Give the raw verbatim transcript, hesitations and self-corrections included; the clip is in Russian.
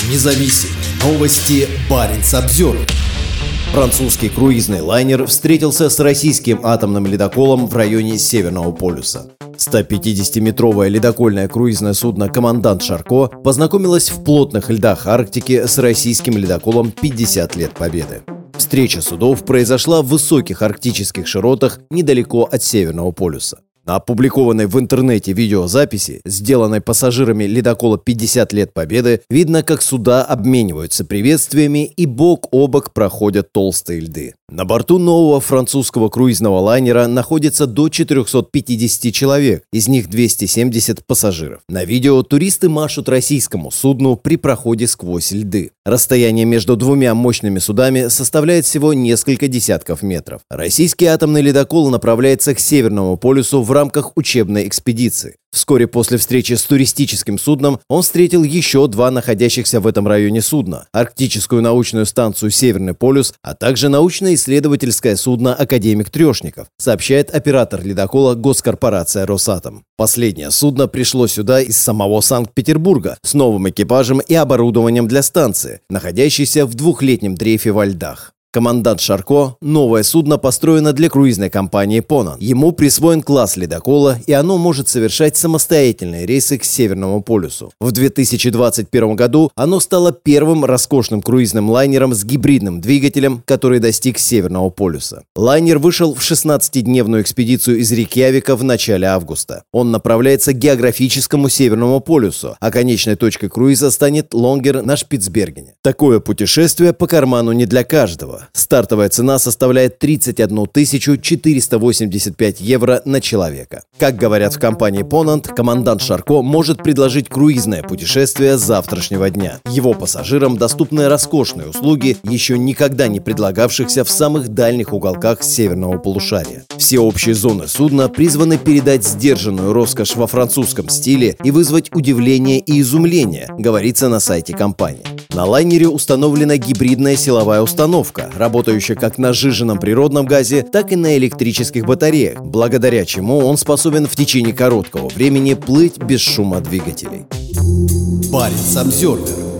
Независим. Новости Баренц-Обзервер. Французский круизный лайнер встретился с российским атомным ледоколом в районе Северного полюса. сто пятидесятиметровое ледокольное круизное судно «Командант Шарко» познакомилось в плотных льдах Арктики с российским ледоколом «пятьдесят лет Победы». Встреча судов произошла в высоких арктических широтах недалеко от Северного полюса. На опубликованной в интернете видеозаписи, сделанной пассажирами ледокола «пятьдесят лет Победы», видно, как суда обмениваются приветствиями и бок о бок проходят толстые льды. На борту нового французского круизного лайнера находится до четырехсот пятидесяти человек, из них двести семьдесят пассажиров. На видео туристы машут российскому судну при проходе сквозь льды. Расстояние между двумя мощными судами составляет всего несколько десятков метров. Российский атомный ледокол направляется к Северному полюсу в В рамках учебной экспедиции. Вскоре после встречи с туристическим судном он встретил еще два находящихся в этом районе судна – арктическую научную станцию «Северный полюс», а также научно-исследовательское судно «Академик Трешников», сообщает оператор ледокола госкорпорация «Росатом». Последнее судно пришло сюда из самого Санкт-Петербурга с новым экипажем и оборудованием для станции, находящейся в двухлетнем дрейфе во льдах. «Командант Шарко» – новое судно, построено для круизной компании «Понант». Ему присвоен класс ледокола, и оно может совершать самостоятельные рейсы к Северному полюсу. В две тысячи двадцать первом году оно стало первым роскошным круизным лайнером с гибридным двигателем, который достиг Северного полюса. Лайнер вышел в шестнадцатидневную экспедицию из Рейкьявика в начале августа. Он направляется к географическому Северному полюсу, а конечной точкой круиза станет Лонгер на Шпицбергене. Такое путешествие по карману не для каждого. Стартовая цена составляет тридцать одну тысячу четыреста восемьдесят пять евро на человека. Как говорят в компании «Понант», «Командант Шарко» может предложить круизное путешествие с завтрашнего дня. Его пассажирам доступны роскошные услуги, еще никогда не предлагавшихся в самых дальних уголках северного полушария. Все общие зоны судна призваны передать сдержанную роскошь во французском стиле и вызвать удивление и изумление, говорится на сайте компании. На лайнере установлена гибридная силовая установка, работающая как на сжиженном природном газе, так и на электрических батареях, благодаря чему он способен в течение короткого времени плыть без шума двигателей. Баренц-Обзервер.